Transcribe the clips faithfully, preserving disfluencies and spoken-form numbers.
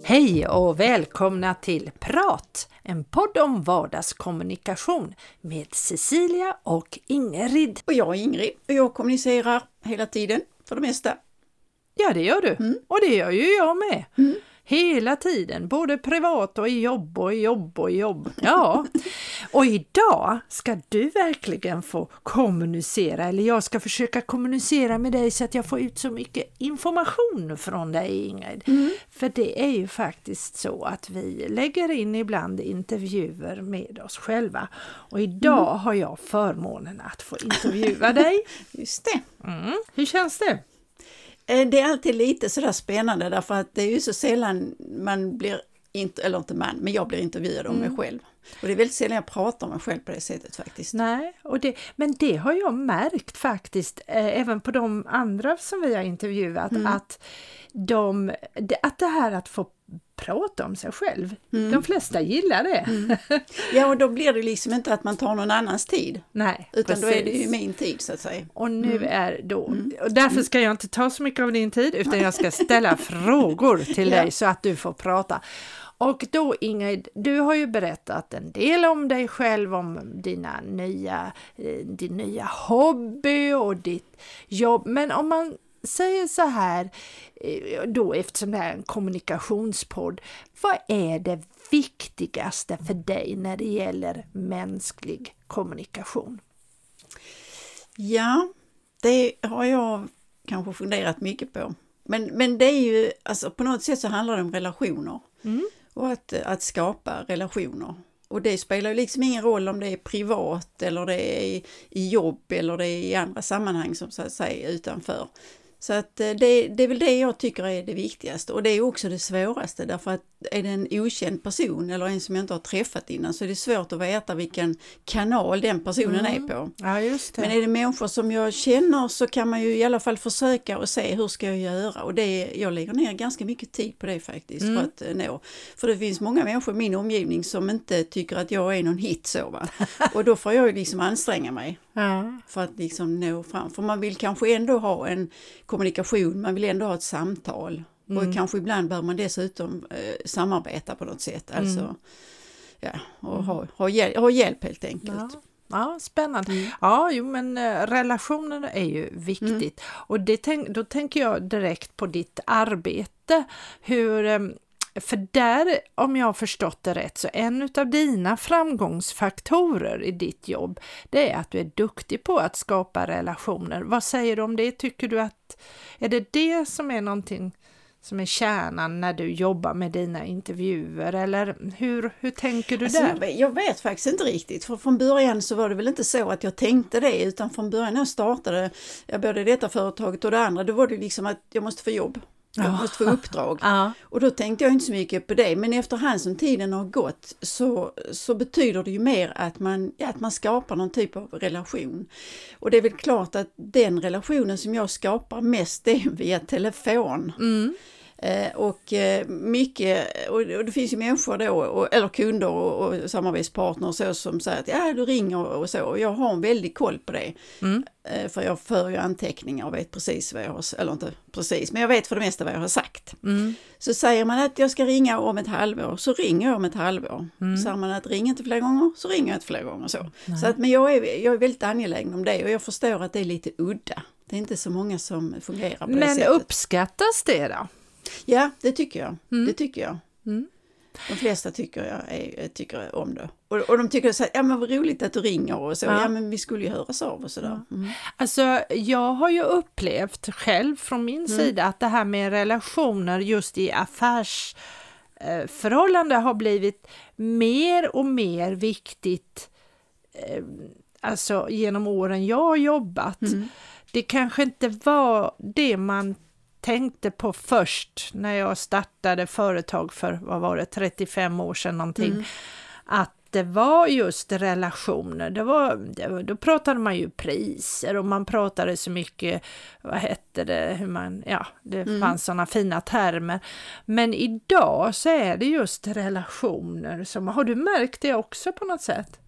Hej och välkomna till Prat, en podd om vardagskommunikation med Cecilia och Ingrid. Och jag är Ingrid och jag kommunicerar hela tiden för det mesta. Ja, det gör du. Mm. Och det gör ju jag med. Mm. Hela tiden, både privat och i jobb och i jobb och i jobb. Ja, och idag ska du verkligen få kommunicera, eller jag ska försöka kommunicera med dig så att jag får ut så mycket information från dig, Ingrid. Mm. För det är ju faktiskt så att vi lägger in ibland intervjuer med oss själva. Och idag mm. har jag förmånen att få intervjua dig. Just det. Mm. Hur känns det? Det är alltid lite sådär spännande därför att det är ju så sällan man blir, inte, eller inte man, men jag blir intervjuad om mm. mig själv. Och det är väldigt sällan jag pratar om mig själv på det sättet faktiskt. Nej, och det, men det har jag märkt faktiskt, eh, även på de andra som vi har intervjuat, mm. att, de, det, att det här att få prata om sig själv, mm. de flesta gillar det. Mm. Ja, och då blir det liksom inte att man tar någon annans tid. Nej, utan precis. Då är det ju min tid så att säga. Och nu mm. är då, mm. och därför ska jag inte ta så mycket av din tid, utan jag ska ställa frågor till ja. dig så att du får prata. Och då Ingrid, du har ju berättat en del om dig själv, om dina nya, din nya hobby och ditt jobb. Men om man säger så här, då eftersom det är en kommunikationspodd, vad är det viktigaste för dig när det gäller mänsklig kommunikation? Ja, det har jag kanske funderat mycket på. Men, men det är ju, alltså på något sätt så handlar det om relationer. Mm. Och att, att skapa relationer. Och det spelar ju liksom ingen roll om det är privat eller det är i, i jobb eller det är i andra sammanhang som så att säga utanför. Så att det, det är väl det jag tycker är det viktigaste. Och det är också det svåraste därför att är det en okänd person eller en som jag inte har träffat innan så är det svårt att veta vilken kanal den personen mm. är på. Ja, just det. Men är det människor som jag känner så kan man ju i alla fall försöka och se hur ska jag göra. Och det, jag lägger ner ganska mycket tid på det faktiskt mm. för att nå. För det finns många människor i min omgivning som inte tycker att jag är någon hit så va. Och då får jag ju liksom anstränga mig ja. för att liksom nå fram. För man vill kanske ändå ha en kommunikation, man vill ändå ha ett samtal. Mm. Och kanske ibland bör man dessutom eh, samarbeta på något sätt. Alltså, mm. ja, och mm. ha, ha, hjälp, ha hjälp helt enkelt. Ja, ja spännande. Mm. Ja, jo, men eh, relationer är ju viktigt. Mm. Och det tänk, då tänker jag direkt på ditt arbete. Hur, eh, för där, om jag har förstått det rätt, så en av dina framgångsfaktorer i ditt jobb, det är att du är duktig på att skapa relationer. Vad säger du om det? Tycker du att, är det det som är någonting som är kärnan när du jobbar med dina intervjuer, eller hur, hur tänker du alltså, där? Jag vet, jag vet faktiskt inte riktigt, för från början så var det väl inte så att jag tänkte det, utan från början när jag startade jag både detta företaget och det andra, då var det liksom att jag måste få jobb. Jag måste få uppdrag. Ja. Och då tänkte jag inte så mycket på det. Men efterhand som tiden har gått så, så betyder det ju mer att man, ja, att man skapar någon typ av relation. Och det är väl klart att den relationen som jag skapar mest är via telefon. Mm. Eh, och eh, mycket, och, och det finns ju människor då, och, eller kunder och, och samarbetspartner och så, som säger att ja, du ringer och, och så. Och jag har en väldigt koll på det. Mm. Eh, för jag för ju anteckningar och vet precis vad jag har, eller inte precis, men jag vet för det mesta vad jag har sagt. Mm. Så säger man att jag ska ringa om ett halvår, så ringer jag om ett halvår. Mm. Säger man att ring inte fler gånger, så ringer jag inte fler gånger. Så, så att, men jag är, jag är väldigt angelägen om det, och jag förstår att det är lite udda. Det är inte så många som fungerar på men det sättet. Men uppskattas det då? Ja, det tycker jag. Mm. Det tycker jag. Mm. De flesta tycker jag är, tycker om det. Och, och de tycker så här, ja men vad roligt att du ringer och så. Ja, ja men vi skulle ju höras av och sådär. Mm. Alltså jag har ju upplevt själv från min mm. sida att det här med relationer just i affärsförhållande har blivit mer och mer viktigt eh, alltså genom åren jag har jobbat. Mm. Det kanske inte var det man tänkte på först när jag startade företag för, vad var det, trettiofem år sedan någonting, mm. att det var just relationer. Det var, det, då pratade man ju priser och man pratade så mycket, vad hette det, hur man, ja, det mm. fanns sådana fina termer. Men idag så är det just relationer som, har du märkt det också på något sätt?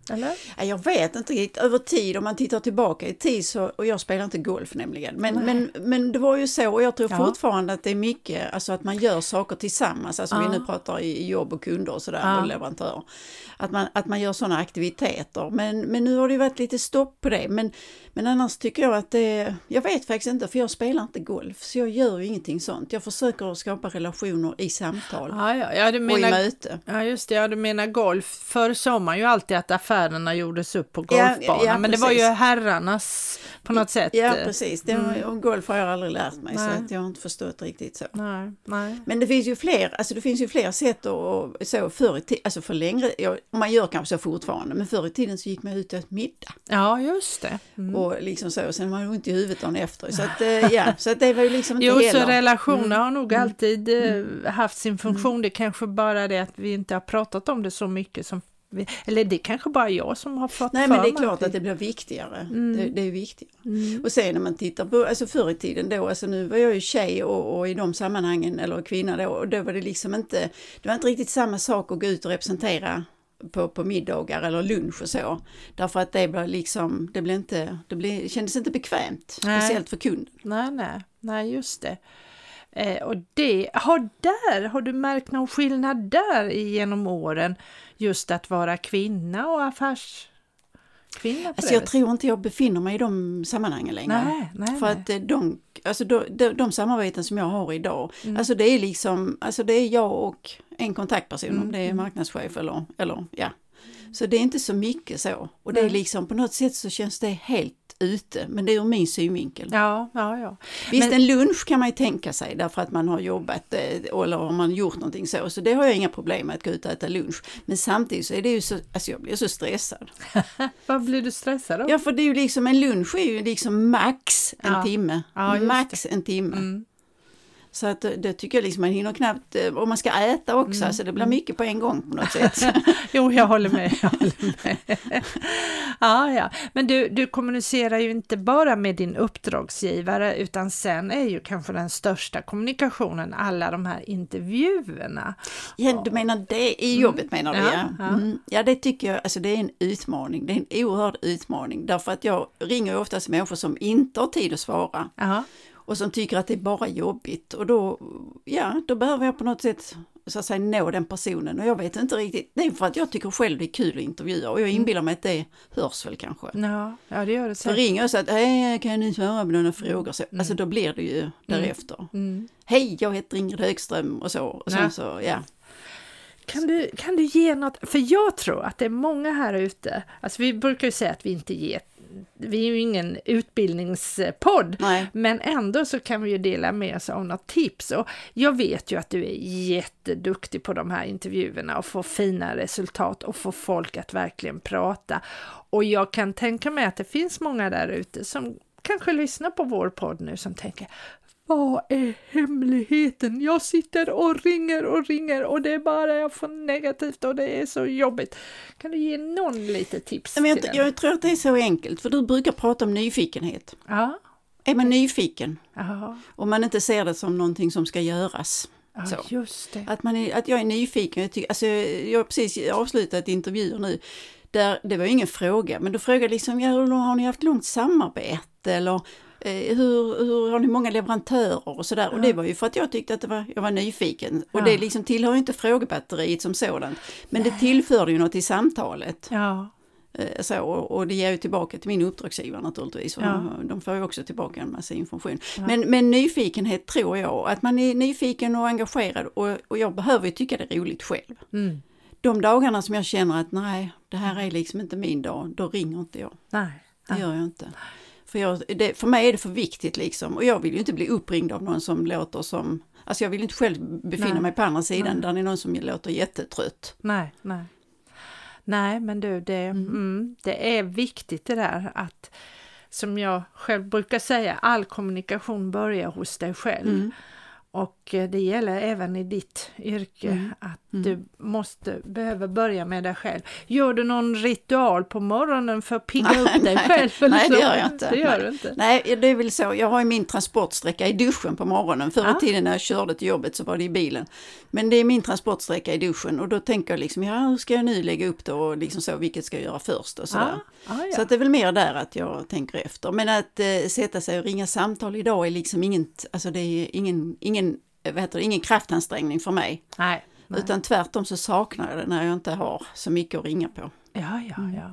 Eller? Jag vet inte riktigt. Över tid, om man tittar tillbaka i tid så, och jag spelar inte golf nämligen, men, men, men det var ju så, och jag tror ja. fortfarande att det är mycket, alltså att man gör saker tillsammans, alltså ja. vi nu pratar i jobb och kunder och sådär, ja. och leverantörer, att man, att man gör sådana aktiviteter, men, men nu har det varit lite stopp på det, men, men annars tycker jag att det, jag vet faktiskt inte, för jag spelar inte golf, så jag gör ju ingenting sånt. Jag försöker skapa relationer i samtal ja, ja. Ja, du menar, och i möte. Ja, just det, ja, du menar golf. Förr sa man ju alltid att affärerna gjordes upp på golfbanan, ja, ja, men det var ju herrarnas på något sätt. Ja, precis. Det, mm. och golf har jag aldrig lärt mig, nej. så att jag har inte förstått riktigt så. Nej, nej. Men det finns ju fler, alltså det finns ju fler sätt att så förr i tiden, alltså för längre, ja, man gör kanske så fortfarande, men förr i tiden så gick man ut och ett middag. Ja, just det. Mm. Och liksom så, och sen var man ju inte i huvudet dagen efter. Så att, ja, så att det var ju liksom inte jo, heller. Så relationer mm. har nog mm. alltid mm. haft sin funktion. Mm. Det kanske bara det att vi inte har pratat om det så mycket som vi, eller det är kanske bara jag som har fått Nej, för men det är mig. klart att det blir viktigare. Mm. Det, det är viktigare. Mm. Och sen när man tittar på, alltså förr i tiden då, alltså nu var jag ju tjej och, och i de sammanhangen, eller kvinna då, och då var det liksom inte, det var inte riktigt samma sak att gå ut och representera på, på middagar eller lunch och så. Därför att det blev liksom, det blev inte, det blev, kändes inte bekvämt, nej. Speciellt för kunden. Nej, nej, nej just det. Eh, och det, har där, har du märkt någon skillnad där genom åren, just att vara kvinna och affärskvinna? Alltså jag tror inte jag befinner mig i de sammanhangen längre. Nej, nej, för nej. att de, alltså de, de, de samarbeten som jag har idag, mm. alltså det är liksom, alltså det är jag och en kontaktperson, mm. om det är marknadschef eller, eller ja. Så det är inte så mycket så. Och det är liksom, på något sätt så känns det helt ute, men det är ur min synvinkel. Ja, ja, ja. Visst, men, en lunch kan man ju tänka sig därför att man har jobbat eller har man gjort någonting så. Så det har jag inga problem med att gå ut och äta lunch. Men samtidigt så är det ju så, alltså jag blir så stressad. Vad blir du stressad av? Ja, för det är ju liksom, en lunch är ju liksom max en ja. timme. Ja, max en timme. Mm. Så att det tycker jag liksom, man hinner knappt, och man ska äta också, mm. så det blir mycket på en gång på något sätt. Jo, jag håller med, jag håller med. ja, ja. Men du, du kommunicerar ju inte bara med din uppdragsgivare, utan sen är ju kanske den största kommunikationen alla de här intervjuerna. Ja, du menar det i jobbet menar du, ja. Ja, ja. Mm. Ja, det tycker jag, alltså det är en utmaning, det är en oerhörd utmaning, därför att jag ringer ju oftast människor som inte har tid att svara. Ja. Och som tycker att det är bara jobbigt. Och då, ja, då behöver jag på något sätt så att säga nå den personen. Och jag vet inte riktigt. Det är för att jag tycker själv det är kul att intervjua. Och jag inbillar mig att det hörs väl kanske. Ja, ja det gör det. Så ringer jag så att, hej, kan ni svara på några frågor? Så, mm. Alltså då blir det ju därefter. Mm. Hej, jag heter Ingrid Högström och så. Och sen ja. så, ja. Kan du, kan du ge något? För jag tror att det är många här ute. Alltså vi brukar ju säga att vi inte ger. Vi är ju ingen utbildningspodd, Nej. Men ändå så kan vi ju dela med oss av något tips. Och jag vet ju att du är jätteduktig på de här intervjuerna och får fina resultat och får folk att verkligen prata. Och jag kan tänka mig att det finns många där ute som kanske lyssnar på vår podd nu som tänker, vad är hemligheten? Jag sitter och ringer och ringer och det är bara jag får negativt och det är så jobbigt. Kan du ge någon lite tips? Men jag, till jag tror att det är så enkelt, för du brukar prata om nyfikenhet. Ja. Är man nyfiken? Ja. Om man inte ser det som någonting som ska göras. Ja, så. Just det. Att, man är, att jag är nyfiken. Jag, tycker, alltså, jag har precis avslutat intervjuer nu. Där det var ingen fråga, men då frågade jag liksom, ja, har ni haft långt samarbete? Eller eh, hur, hur har ni många leverantörer och sådär? Ja. Och det var ju för att jag tyckte att det var, jag var nyfiken. Och ja. Det liksom tillhör ju inte frågebatteriet som sådant. Men det tillförde ju något i samtalet. Ja. Eh, så, och, och det ger ju tillbaka till min uppdragsgivare naturligtvis. Och ja. De får ju också tillbaka en massa information. Ja. Men, men nyfikenhet tror jag, att man är nyfiken och engagerad. Och, och jag behöver ju tycka det är roligt själv. Mm. De dagarna som jag känner att nej, det här är liksom inte min dag, då ringer inte jag. Nej. Det gör jag inte. För, jag, det, för mig är det för viktigt liksom. Och jag vill ju inte bli uppringd av någon som låter som, alltså jag vill inte själv befinna nej. mig på andra sidan nej. där det är någon som låter jättetrött. Nej, nej. Nej, men du, det, mm. Mm, det är viktigt det där att, som jag själv brukar säga, all kommunikation börjar hos dig själv. Mm. Och det gäller även i ditt yrke mm. att Mm. Du måste behöva börja med dig själv. Gör du någon ritual på morgonen för att pigga nej, upp dig nej, själv? Eller nej, så? det gör jag inte. Det gör nej. du inte. Nej, det är väl så. Jag har ju min transportsträcka i duschen på morgonen. Förr i ah. tiden när jag körde till jobbet så var det i bilen. Men det är min transportsträcka i duschen och då tänker jag liksom, ja hur ska jag nu lägga upp det och liksom så, vilket ska jag göra först och sådär. Ah. Ah, ja. Så att det är väl mer där att jag tänker efter. Men att eh, sätta sig och ringa samtal idag är liksom inget, alltså det är ingen, ingen, vad heter det, ingen kraftansträngning för mig. Nej. Nej. Utan tvärtom så saknar jag det när jag inte har så mycket att ringa på. Ja, ja, ja.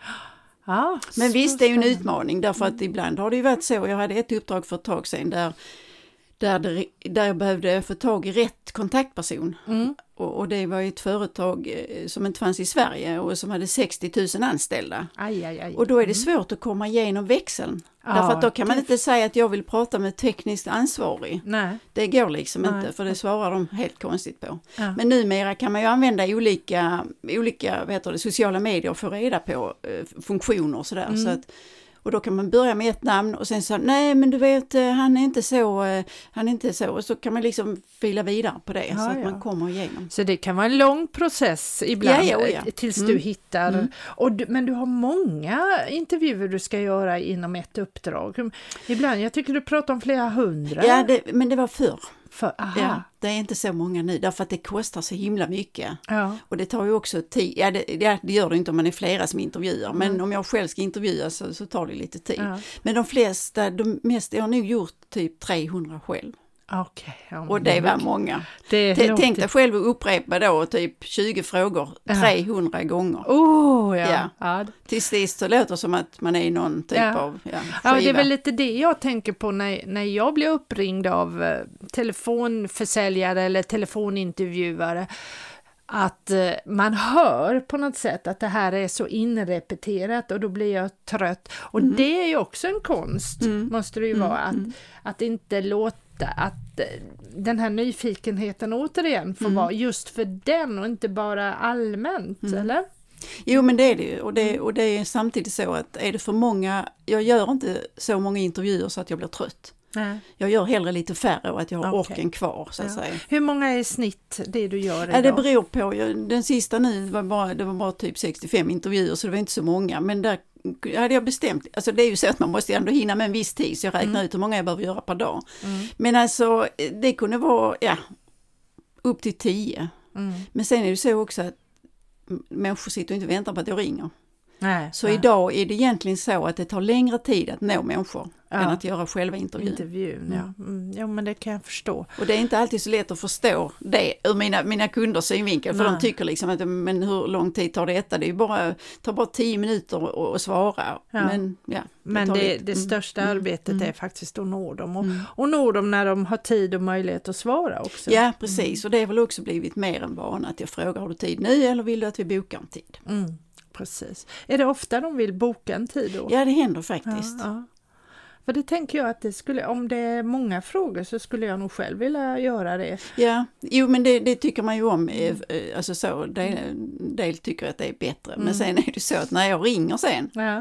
ja Men visst, det är ju en utmaning därför att ibland har det ju varit så. Jag hade ett uppdrag för ett tag sedan där, där, det, där jag behövde få tag i rätt kontaktperson. Mm. Och, och det var ju ett företag eh, som inte fanns i Sverige och som hade sextio tusen anställda. Aj, aj, aj. Och då är det svårt att komma igenom växeln. Ja, därför att då kan man inte säga att jag vill prata med tekniskt ansvarig. Nej. Det går liksom Nej. inte, för det svarar de helt konstigt på. Ja. Men numera kan man ju använda olika, olika vad heter det, sociala medier för att få reda på eh, funktioner och sådär. Mm. Så att, och då kan man börja med ett namn och sen så, nej men du vet, han är inte så, han är inte så. Och så kan man liksom fila vidare på det ja, så att ja. man kommer igenom. Så det kan vara en lång process ibland ja, ja, ja. tills mm. du hittar. Mm. Och du, men du har många intervjuer du ska göra inom ett uppdrag. Ibland, jag tycker du pratar om flera hundra. Ja, det, men det var förr. För, ja, det är inte så många nu därför att det kostar så himla mycket ja. och det tar ju också tid, ja det, det, det gör det inte om man är flera som intervjuar mm. men om jag själv ska intervjua så, så tar det lite tid ja. Men de flesta, de mest, jag har nog gjort typ trehundra själv. Okay, ja, och det var många. Det Tänk dig själv att upprepa då typ tjugo frågor ja. trehundra gånger. Oh, ja. Ja. Ja. Till sist så låter det som att man är någon typ ja. av ja, ja, det är väl lite det jag tänker på när, när jag blir uppringd av eh, telefonförsäljare eller telefonintervjuare. Att eh, man hör på något sätt att det här är så inrepeterat och då blir jag trött. Och mm. det är ju också en konst, mm. måste det ju mm. vara, att, mm. att inte låta att den här nyfikenheten återigen får mm. vara just för den och inte bara allmänt, mm. eller? Jo, men det är det ju. Och det, och det är samtidigt så att är det för många, jag gör inte så många intervjuer så att jag blir trött. Nej. Jag gör hellre lite färre och att jag har okay. orken kvar så att ja. säga. Hur många är i snitt det du gör idag? Ja, det beror på. Den sista nu var bara, det var bara typ sextiofem intervjuer så det var inte så många. Men där hade jag bestämt, alltså det är ju så att man måste ändå hinna med en viss tid så jag räknar mm. ut hur många jag behöver göra per dag. Mm. Men alltså det kunde vara ja, upp till tio. Mm. Men sen är det så också att människor sitter och inte väntar på att jag ringer. Nej, så nej. Idag är det egentligen så att det tar längre tid att nå människor ja. än att göra själva intervjun. Intervjun, mm. ja. Mm, ja, men det kan jag förstå. Och det är inte alltid så lätt att förstå det ur mina, mina kunders synvinkel. För nej. de tycker liksom att men hur lång tid tar detta? Det är ju bara, tar bara tio minuter att svara. Ja. Men, ja, det, men det, det mm. största mm. arbetet mm. är faktiskt att nå dem. Och, mm. och nå dem när de har tid och möjlighet att svara också. Ja, precis. Mm. Och det har väl också blivit mer än vana att jag frågar, har du tid nu eller vill du att vi bokar en tid? Mm. Precis. Är det ofta de vill boka en tid då? Ja, det händer faktiskt. Ja, ja. För det tänker jag att det skulle, om det är många frågor så skulle jag nog själv vilja göra det. Ja, jo men det, det tycker man ju om. Mm. Alltså så, del, del tycker att det är bättre. Mm. Men sen är det så att när jag ringer sen ja.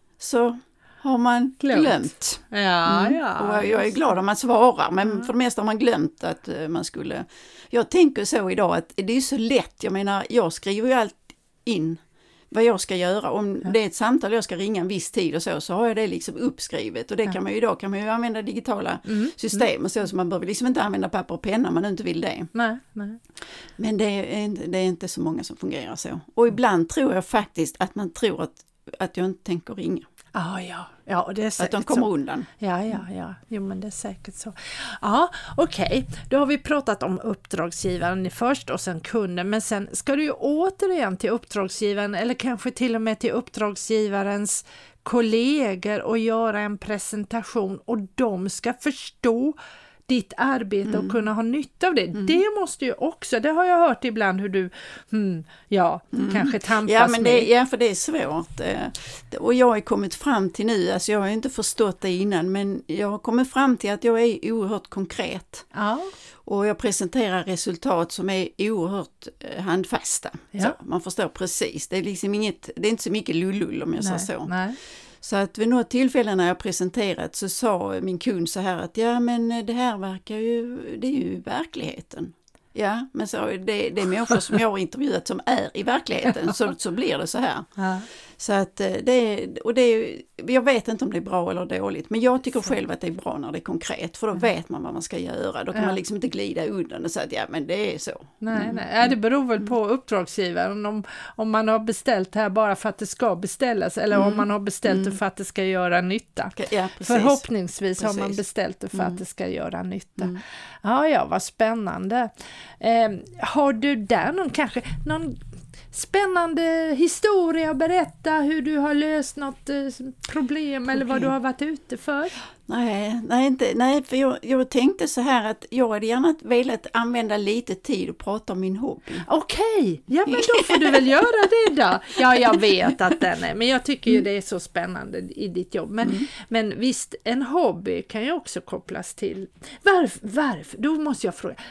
så har man glömt. glömt. Ja, mm. ja. Och jag är glad om man svarar, men mm. för det mesta har man glömt att man skulle... Jag tänker så idag att det är så lätt. Jag menar, jag skriver ju allt in vad jag ska göra. Om ja. det är ett samtal jag ska ringa en viss tid och så, så har jag det liksom uppskrivet. Och det ja. kan man ju idag kan man ju använda digitala mm. system och så, så man behöver liksom inte använda papper och penna om man inte vill det. Nej, nej. Men det är, det är inte så många som fungerar så. Och ibland tror jag faktiskt att man tror att, att jag inte tänker ringa. Ah, ja, ja. Och det är säkert att de kommer så. undan. Ja, ja, ja. Jo, men det är säkert så. Ja, okej. Okay. Då har vi pratat om uppdragsgivaren först och sen kunden. Men sen ska du ju återigen till uppdragsgivaren eller kanske till och med till uppdragsgivarens kollegor och göra en presentation. Och de ska förstå ditt arbete mm. och kunna ha nytta av det. Mm. Det måste ju också, det har jag hört ibland hur du hmm, ja, mm. kanske tampas ja, men det, med. Ja, för det är svårt. Och jag har kommit fram till nu, alltså jag har inte förstått det innan, men jag har kommit fram till att jag är oerhört konkret. Ja. Och jag presenterar resultat som är oerhört handfasta. Ja. Så man förstår precis. Det är liksom inget, det är inte så mycket lullull om jag nej, säger så. Nej. Så att vid något tillfälle när jag presenterat så sa min kund så här att ja men det här verkar ju, det är ju verkligheten. Ja, men så det, det är människor som jag har intervjuat som är i verkligheten, så, så blir det så här. Ja. Så att det, och det, jag vet inte om det är bra eller dåligt, men jag tycker själv att det är bra när det är konkret, för då vet man vad man ska göra. Då kan ja. man liksom inte glida undan och säga att ja, men det är så. Nej, mm. nej. Ja, det beror väl på uppdragsgivaren, om, om man har beställt här bara för att det ska beställas, eller mm. om man har beställt mm. det för att det ska göra nytta. Ja, förhoppningsvis precis. har man beställt det för mm. att det ska göra nytta. Mm. Ja, ja, vad spännande. Eh, har du där någon kanske någon spännande historia att berätta, hur du har löst något eh, problem, problem eller vad du har varit ute för? Nej, nej, inte, nej för jag, jag tänkte så här att jag hade gärna velat använda lite tid och prata om min hobby. Okej, ja men då får du väl göra det då. Ja, jag vet att den är, men jag tycker ju det är så spännande i ditt jobb. Men, mm. men visst, en hobby kan ju också kopplas till. Varför, varför då måste jag fråga,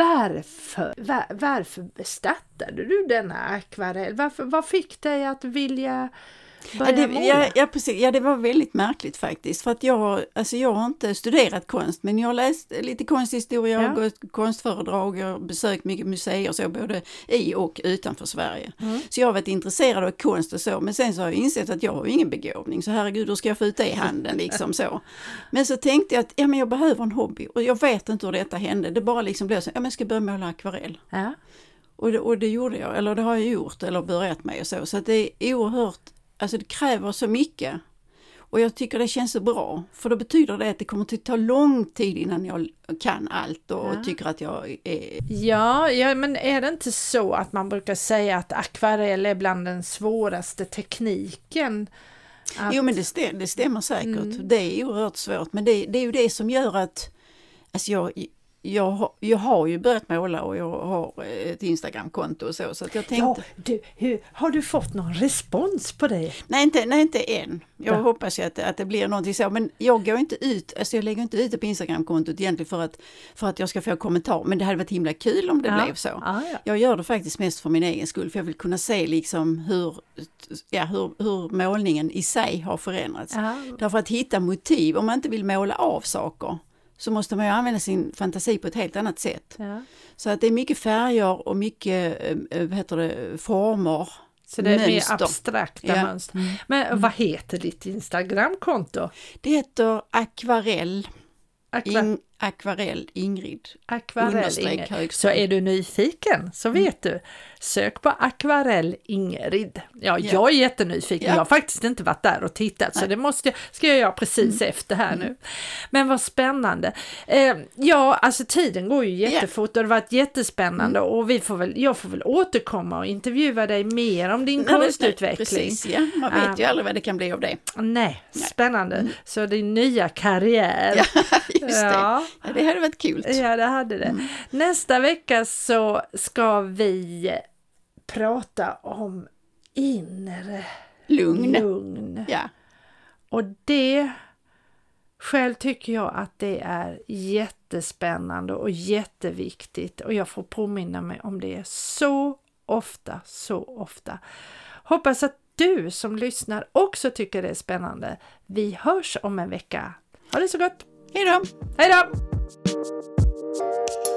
varför, var, varför startade du denna akvarell? Varför, vad fick dig att vilja... Ja det, ja, ja, precis. Ja, det var väldigt märkligt faktiskt. För att jag, alltså jag har inte studerat konst, men jag har läst lite konsthistoria, ja. och gått konstföredrag, jag har besökt mycket museer så både i och utanför Sverige. Mm. Så jag har varit intresserad av konst och så, men sen så har jag insett att jag har ingen begåvning, så herregud, hur ska jag få ut det i handen liksom så. Men så tänkte jag att ja, men jag behöver en hobby och jag vet inte hur detta hände. Det bara liksom blev så, ja men jag ska börja måla akvarell. Ja. Och, det, och det gjorde jag, eller det har jag gjort, eller börjat med och så. Så att det är oerhört. Alltså det kräver så mycket och jag tycker det känns så bra, för då betyder det att det kommer att ta lång tid innan jag kan allt och ja. tycker att jag är... Ja, ja, men är det inte så att man brukar säga att akvarell är bland den svåraste tekniken? Att... Jo, men det stämmer, det stämmer säkert. Mm. Det är oerhört svårt, men det, det är ju det som gör att alltså jag... Jag, jag har ju börjat måla och jag har ett Instagram-konto och så, så att jag tänkte... Ja, du, hur, har du fått någon respons på det? Nej, inte, nej, inte än. Jag ja. hoppas ju att, att det blir någonting så, men jag går inte ut, alltså jag lägger inte ut det på Instagram-kontot egentligen för att, för att jag ska få kommentar, men det hade varit himla kul om det ja. blev så. Ja, ja. Jag gör det faktiskt mest för min egen skull, för jag vill kunna se liksom hur, ja, hur, hur målningen i sig har förändrats. Ja. Därför att hitta motiv, om man inte vill måla av saker, så måste man ju använda sin fantasi på ett helt annat sätt. Ja. Så att det är mycket färger och mycket vad heter det, former. Så det är mönster. Mer abstrakta ja. mönster. Men mm. vad heter ditt Instagramkonto? Det heter akvarell. Akva- In, akvarell Ingrid. Akvarell Ingrid. Så är du nyfiken så vet mm. du. Sök på akvarell Ingrid. Ja, ja. Jag är jättenyfiken. Ja. Jag har faktiskt inte varit där och tittat. Nej. Så det måste jag, ska jag göra precis mm. efter här nu. Men vad spännande. Eh, ja, alltså tiden går ju jättefort och det har varit jättespännande. Mm. Och vi får väl, jag får väl återkomma och intervjua dig mer om din nej, konstutveckling. Precis, ja. Man vet uh, ju aldrig vad det kan bli av det. Nej, spännande. Mm. Så din nya karriär. Ja, just det. Ja. Ja, det hade varit kul. Ja, det hade det. Mm. Nästa vecka så ska vi prata om inre lugn. lugn. Ja. Och det själv tycker jag att det är jättespännande och jätteviktigt. Och jag får påminna mig om det så ofta, så ofta. Hoppas att du som lyssnar också tycker det är spännande. Vi hörs om en vecka. Ha det så gott! Hej då! Hej då!